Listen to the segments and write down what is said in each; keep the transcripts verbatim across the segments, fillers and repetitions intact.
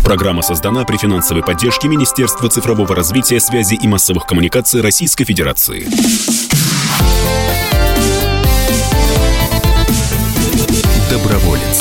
Программа создана при финансовой поддержке Министерства цифрового развития, связи и массовых коммуникаций Российской Федерации. Доброволец.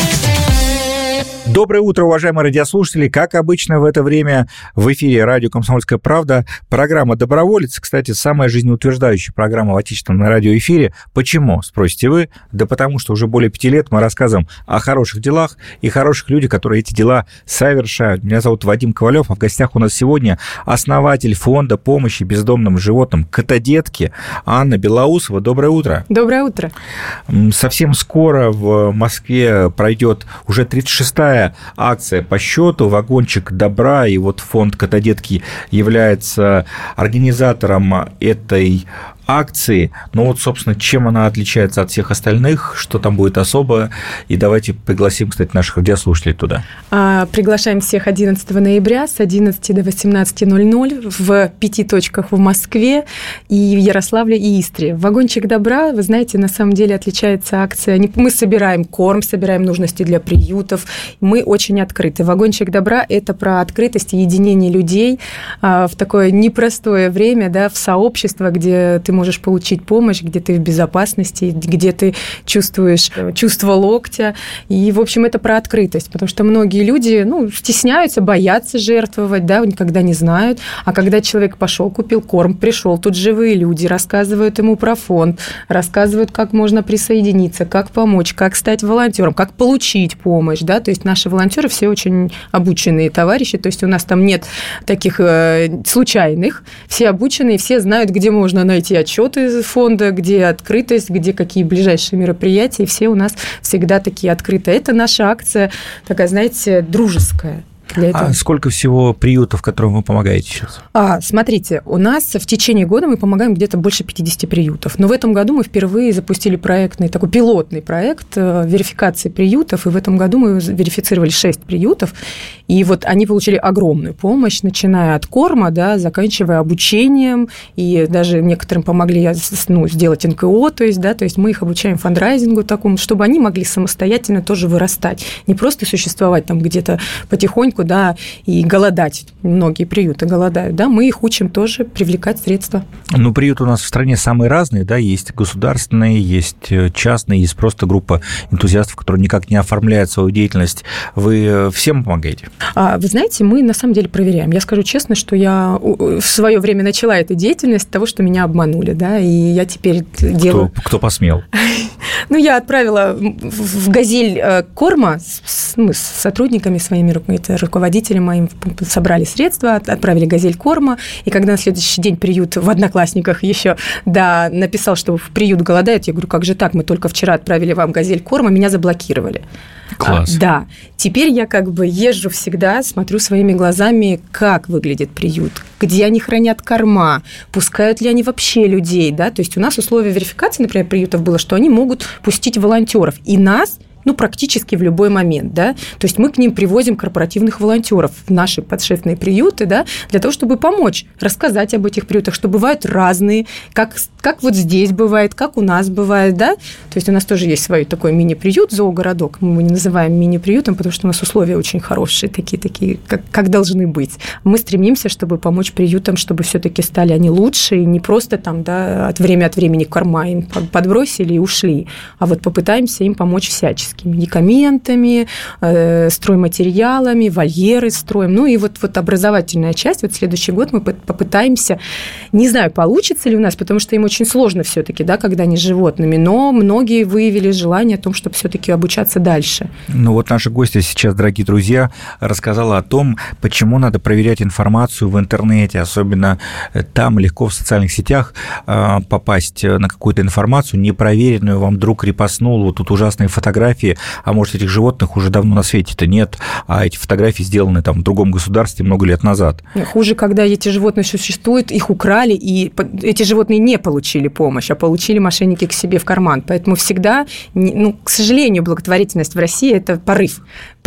Доброе утро, уважаемые радиослушатели. Как обычно в это время в эфире радио «Комсомольская правда» программа «Доброволец». Кстати, самая жизнеутверждающая программа в отечественном радиоэфире. Почему, спросите вы? Да потому что уже более пяти лет мы рассказываем о хороших делах и хороших людях, которые эти дела совершают. Меня зовут Вадим Ковалев, а в гостях у нас сегодня основатель фонда помощи бездомным животным «Котодетки» Анна Белоусова. Доброе утро. Доброе утро. Совсем скоро в Москве пройдет уже тридцать шестая акция по счету «Вагончик добра», и вот фонд «Котодетки» является организатором этой акции. Ну вот, собственно, чем она отличается от всех остальных, что там будет особо, и давайте пригласим, кстати, наших радиослушателей туда. А, приглашаем всех одиннадцатого ноября с одиннадцати до восемнадцати ноль-ноль в пяти точках в Москве, и в Ярославле, и Истре. «Вагончик добра», вы знаете, на самом деле отличается акция. Мы собираем корм, собираем нужности для приютов, мы очень открыты. «Вагончик добра» – это про открытость и единение людей в такое непростое время, да, в сообщество, где ты можешь получить помощь, где ты в безопасности, где ты чувствуешь чувство локтя. И, в общем, это про открытость, потому что многие люди, ну, стесняются, боятся жертвовать, да, никогда не знают. А когда человек пошел, купил корм, пришел, тут живые люди, рассказывают ему про фонд, рассказывают, как можно присоединиться, как помочь, как стать волонтером, как получить помощь, да, то есть наши волонтеры все очень обученные товарищи, то есть у нас там нет таких э, случайных, все обученные, все знают, где можно найти отчеты фонда, где открытость, где какие ближайшие мероприятия, и все у нас всегда такие открытые. Это наша акция такая, знаете, дружеская. А сколько всего приютов, которым вы помогаете сейчас? А, смотрите, у нас в течение года мы помогаем где-то больше пятидесяти приютов. Но в этом году мы впервые запустили проектный, такой пилотный проект верификации приютов, и в этом году мы верифицировали шесть приютов, и вот они получили огромную помощь, начиная от корма, да, заканчивая обучением, и даже некоторым помогли, ну, сделать эн ка о, то есть, да, то есть мы их обучаем фандрайзингу такому, чтобы они могли самостоятельно тоже вырастать, не просто существовать там где-то потихоньку, да, и голодать. Многие приюты голодают, да, мы их учим тоже привлекать средства. Ну, приюты у нас в стране самые разные, да, есть государственные, есть частные, есть просто группа энтузиастов, которые никак не оформляют свою деятельность. Вы всем помогаете? А, вы знаете, мы на самом деле проверяем. Я скажу честно, что я в свое время начала эту деятельность того, что меня обманули, да, и я теперь делаю... Кто, кто посмел? Ну, я отправила в «Газель» корма с, ну, с сотрудниками своими, руководителем моим, собрали средства, отправили «Газель» корма, и когда на следующий день приют в Одноклассниках еще, да, написал, что в приют голодает, я говорю, как же так, мы только вчера отправили вам «Газель» корма, меня заблокировали. Класс. А, да. Теперь я как бы езжу всегда, смотрю своими глазами, как выглядит приют, где они хранят корма, пускают ли они вообще людей, да, то есть у нас условие верификации, например, приютов было, что они могут пустить волонтеров и нас, ну, практически в любой момент, да, то есть мы к ним привозим корпоративных волонтеров в наши подшефные приюты, да, для того, чтобы помочь, рассказать об этих приютах, что бывают разные, как, как вот здесь бывает, как у нас бывает, да, то есть у нас тоже есть свой такой мини-приют, зоогородок, мы его не называем мини-приютом, потому что у нас условия очень хорошие, такие, такие, как, как должны быть. Мы стремимся, чтобы помочь приютам, чтобы все-таки стали они лучше, и не просто там, да, от время от времени корма им подбросили и ушли, а вот попытаемся им помочь всячески. Медикаментами, э, стройматериалами, вольеры строим. Ну и вот, вот образовательная часть, вот следующий год мы попытаемся, не знаю, получится ли у нас, потому что им очень сложно все-таки, да, когда они с животными, но многие выявили желание о том, чтобы все-таки обучаться дальше. Ну вот наша гостья сейчас, дорогие друзья, рассказала о том, почему надо проверять информацию в интернете, особенно там легко в социальных сетях попасть на какую-то информацию непроверенную, вам вдруг репостнул, вот тут ужасные фотографии, а может, этих животных уже давно на свете-то нет, а эти фотографии сделаны там в другом государстве много лет назад. Хуже, когда эти животные существуют, их украли, и эти животные не получили помощь, а получили мошенники к себе в карман. Поэтому всегда, ну, к сожалению, благотворительность в России – это порыв.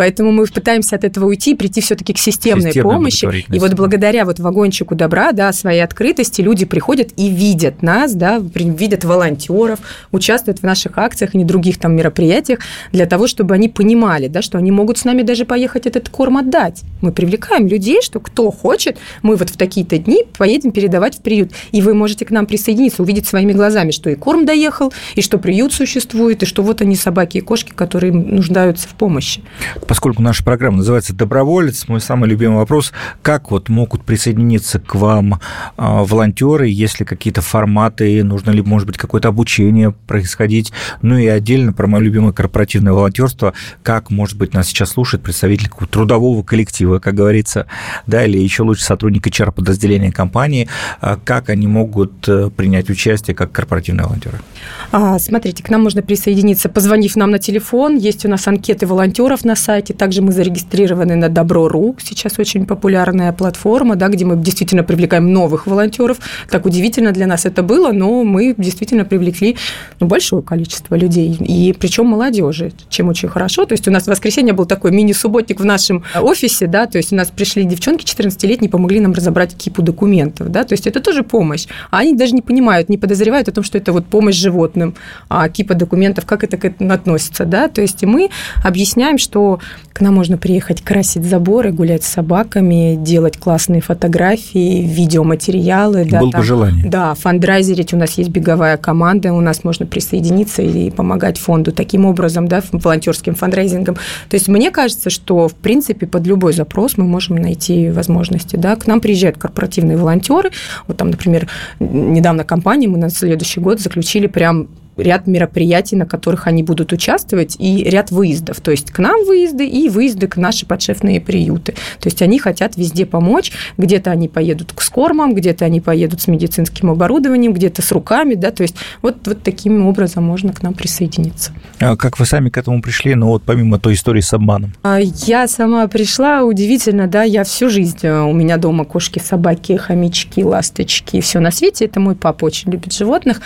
Поэтому мы пытаемся от этого уйти, прийти все-таки к системной помощи. И вот благодаря вот вагончику добра, да, своей открытости люди приходят и видят нас, да, видят волонтеров, участвуют в наших акциях и других там мероприятиях для того, чтобы они понимали, да, что они могут с нами даже поехать этот корм отдать. Мы привлекаем людей, что кто хочет, мы вот в такие-то дни поедем передавать в приют. И вы можете к нам присоединиться, увидеть своими глазами, что и корм доехал, и что приют существует, и что вот они, собаки и кошки, которые нуждаются в помощи. Поскольку наша программа называется «Доброволец», мой самый любимый вопрос, как вот могут присоединиться к вам волонтеры, есть ли какие-то форматы, нужно ли, может быть, какое-то обучение происходить, ну и отдельно про мое любимое корпоративное волонтерство, как, может быть, нас сейчас слушает представитель трудового коллектива, как говорится, да, или еще лучше сотрудник эйч ар-подразделения компании, как они могут принять участие как корпоративные волонтеры? Смотрите, к нам можно присоединиться, позвонив нам на телефон, есть у нас анкеты волонтеров на сайте, также мы зарегистрированы на Добро точка ру, сейчас очень популярная платформа, да, где мы действительно привлекаем новых волонтеров. Так удивительно для нас это было, но мы действительно привлекли ну, большое количество людей, и причем молодежи, чем очень хорошо. То есть у нас в воскресенье был такой мини-субботник в нашем офисе, да, то есть у нас пришли девчонки четырнадцатилетние, помогли нам разобрать кипу документов, да, то есть это тоже помощь. А они даже не понимают, не подозревают о том, что это вот помощь животным, а кипа документов, как это к этому относится, да, то есть мы объясняем, что к нам можно приехать красить заборы, гулять с собаками, делать классные фотографии, видеоматериалы. Было бы желание. Да, фандрайзерить. У нас есть беговая команда, у нас можно присоединиться и помогать фонду таким образом, да, волонтерским фандрайзингом. То есть мне кажется, что, в принципе, под любой запрос мы можем найти возможности. Да. К нам приезжают корпоративные волонтеры. Вот там, например, недавно компания, мы на следующий год заключили прям ряд мероприятий, на которых они будут участвовать, и ряд выездов. То есть к нам выезды и выезды к наши подшефные приюты. То есть они хотят везде помочь. Где-то они поедут с кормом, где-то они поедут с медицинским оборудованием, где-то с руками. Да? То есть вот, вот таким образом можно к нам присоединиться. А как вы сами к этому пришли, ну вот помимо той истории с обманом? Я сама пришла, удивительно, да, я всю жизнь, у меня дома кошки, собаки, хомячки, ласточки, все на свете. Это мой папа очень любит животных,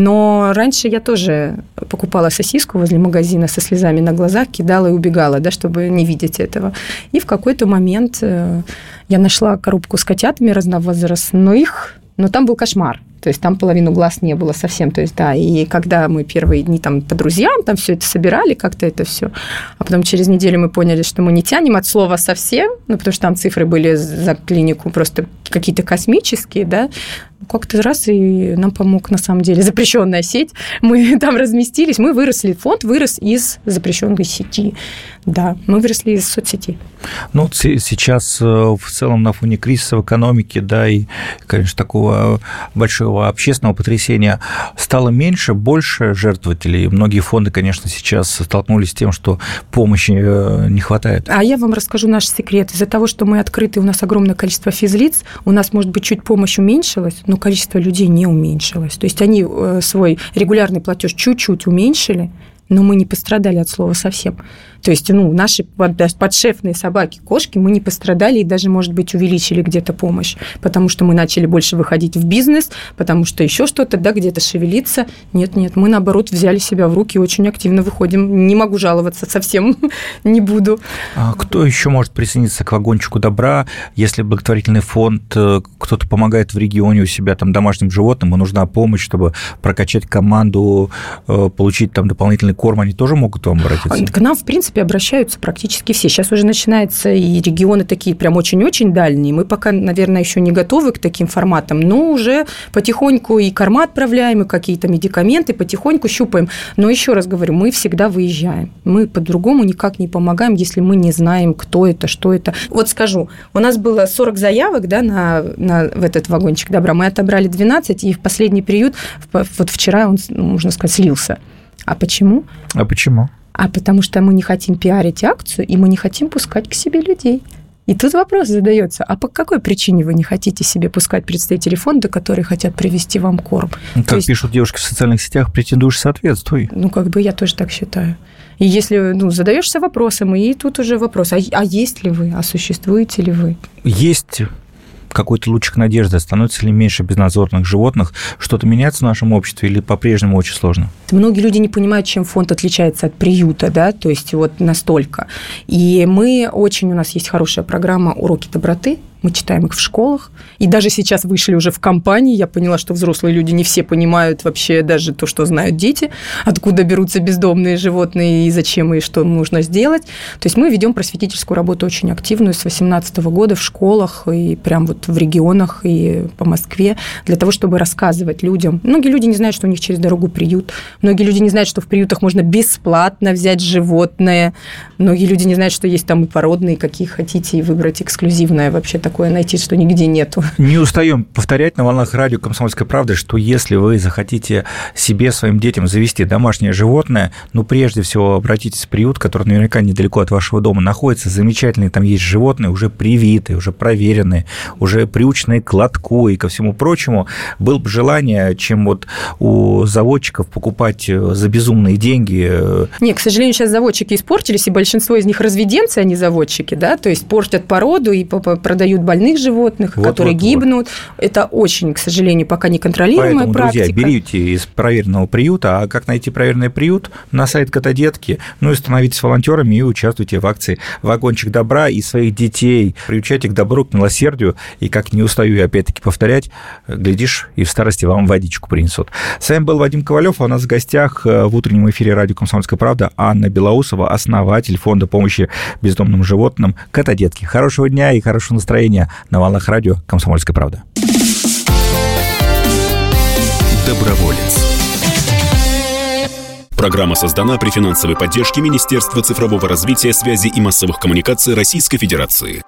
но раньше я тоже покупала сосиску возле магазина со слезами на глазах, кидала и убегала, да, чтобы не видеть этого. И в какой-то момент я нашла коробку с котятами разновозрастных, но там был кошмар. То есть там половину глаз не было совсем. То есть, да, и когда мы первые дни там по друзьям там все это собирали, как-то это все, а потом через неделю мы поняли, что мы не тянем от слова совсем, ну, потому что там цифры были за клинику просто какие-то космические, да, как-то раз и нам помог, на самом деле, запрещенная сеть. Мы там разместились, мы выросли, фонд вырос из запрещенной сети. Да, мы выросли из соцсети. Ну, сейчас в целом на фоне кризиса в экономике, да, и, конечно, такого большого общественного потрясения стало меньше, больше жертвователей. Многие фонды, конечно, сейчас столкнулись с тем, что помощи не хватает. А я вам расскажу наш секрет. Из-за того, что мы открыты, у нас огромное количество физлиц, у нас, может быть, чуть помощь уменьшилась, но количество людей не уменьшилось. То есть они свой регулярный платеж чуть-чуть уменьшили, но мы не пострадали от слова совсем. То есть, ну, наши подшефные собаки, кошки, мы не пострадали и даже, может быть, увеличили где-то помощь, потому что мы начали больше выходить в бизнес, потому что еще что-то, да, где-то шевелиться. Нет-нет, мы, наоборот, взяли себя в руки и очень активно выходим. Не могу жаловаться, совсем не буду. А кто еще может присоединиться к вагончику добра, если благотворительный фонд, кто-то помогает в регионе у себя там домашним животным, и нужна помощь, чтобы прокачать команду, получить там дополнительный корм, они тоже могут к вам обратиться? К нам, в принципе, обращаются практически все. Сейчас уже начинаются и регионы такие прям очень-очень дальние. Мы пока, наверное, еще не готовы к таким форматам, но уже потихоньку и корма отправляем, и какие-то медикаменты, потихоньку щупаем. Но еще раз говорю, мы всегда выезжаем. Мы по-другому никак не помогаем, если мы не знаем, кто это, что это. Вот скажу, у нас было сорок заявок, да, на, на, в этот вагончик добра. Мы отобрали двенадцать, и в последний приют, вот вчера он, можно сказать, слился. А почему? А почему? А потому что мы не хотим пиарить акцию, и мы не хотим пускать к себе людей. И тут вопрос задается, а по какой причине вы не хотите себе пускать представителей фонда, которые хотят привезти вам корм? Ну, как есть, пишут девушки в социальных сетях, претендуешь, соответствуй. Ну, как бы я тоже так считаю. И если ну, задаешься вопросом, и тут уже вопрос, а, а есть ли вы, а существуете ли вы? Есть какой-то лучик надежды? Становится ли меньше безнадзорных животных? Что-то меняется в нашем обществе или по-прежнему очень сложно? Многие люди не понимают, чем фонд отличается от приюта, да, то есть вот настолько. И мы очень, у нас есть хорошая программа «Уроки доброты». Мы читаем их в школах. И даже сейчас вышли уже в компании. Я поняла, что взрослые люди не все понимают вообще даже то, что знают дети, откуда берутся бездомные животные и зачем и что нужно сделать. То есть мы ведем просветительскую работу очень активную с две тысячи восемнадцатого года в школах и прям вот в регионах и по Москве для того, чтобы рассказывать людям. Многие люди не знают, что у них через дорогу приют. Многие люди не знают, что в приютах можно бесплатно взять животное. Многие люди не знают, что есть там и породные, какие хотите, и выбрать эксклюзивное вообще такое найти, что нигде нету. Не устаем повторять на волнах радио «Комсомольская правда», что если вы захотите себе, своим детям завести домашнее животное, ну, прежде всего, обратитесь в приют, который наверняка недалеко от вашего дома находится. Замечательные там есть животные, уже привитые, уже проверенные, уже приученные к лотку и ко всему прочему. Было бы желание, чем вот у заводчиков покупать за безумные деньги. Не, к сожалению, сейчас заводчики испортились, и большинство из них разведенцы, а не заводчики, да, то есть портят породу и продают больных животных, вот, которые вот, гибнут. Вот. Это очень, к сожалению, пока не контролируемая Поэтому, практика. Друзья, берите из проверенного приюта. А как найти проверенный приют? На сайт Котодетки. Ну и становитесь волонтерами и участвуйте в акции «Вагончик добра», и своих детей приучайте к добру, к милосердию. И, как не устаю я опять-таки повторять, глядишь, и в старости вам водичку принесут. С вами был Вадим Ковалев, а у нас в гостях в утреннем эфире радио «Комсомольская правда» Анна Белоусова, основатель фонда помощи бездомным животным «Котодетки». Хорошего дня и хорошего настроения на волнах радио «Комсомольская правда». Доброволец. Программа создана при финансовой поддержке Министерства цифрового развития, связи и массовых коммуникаций Российской Федерации.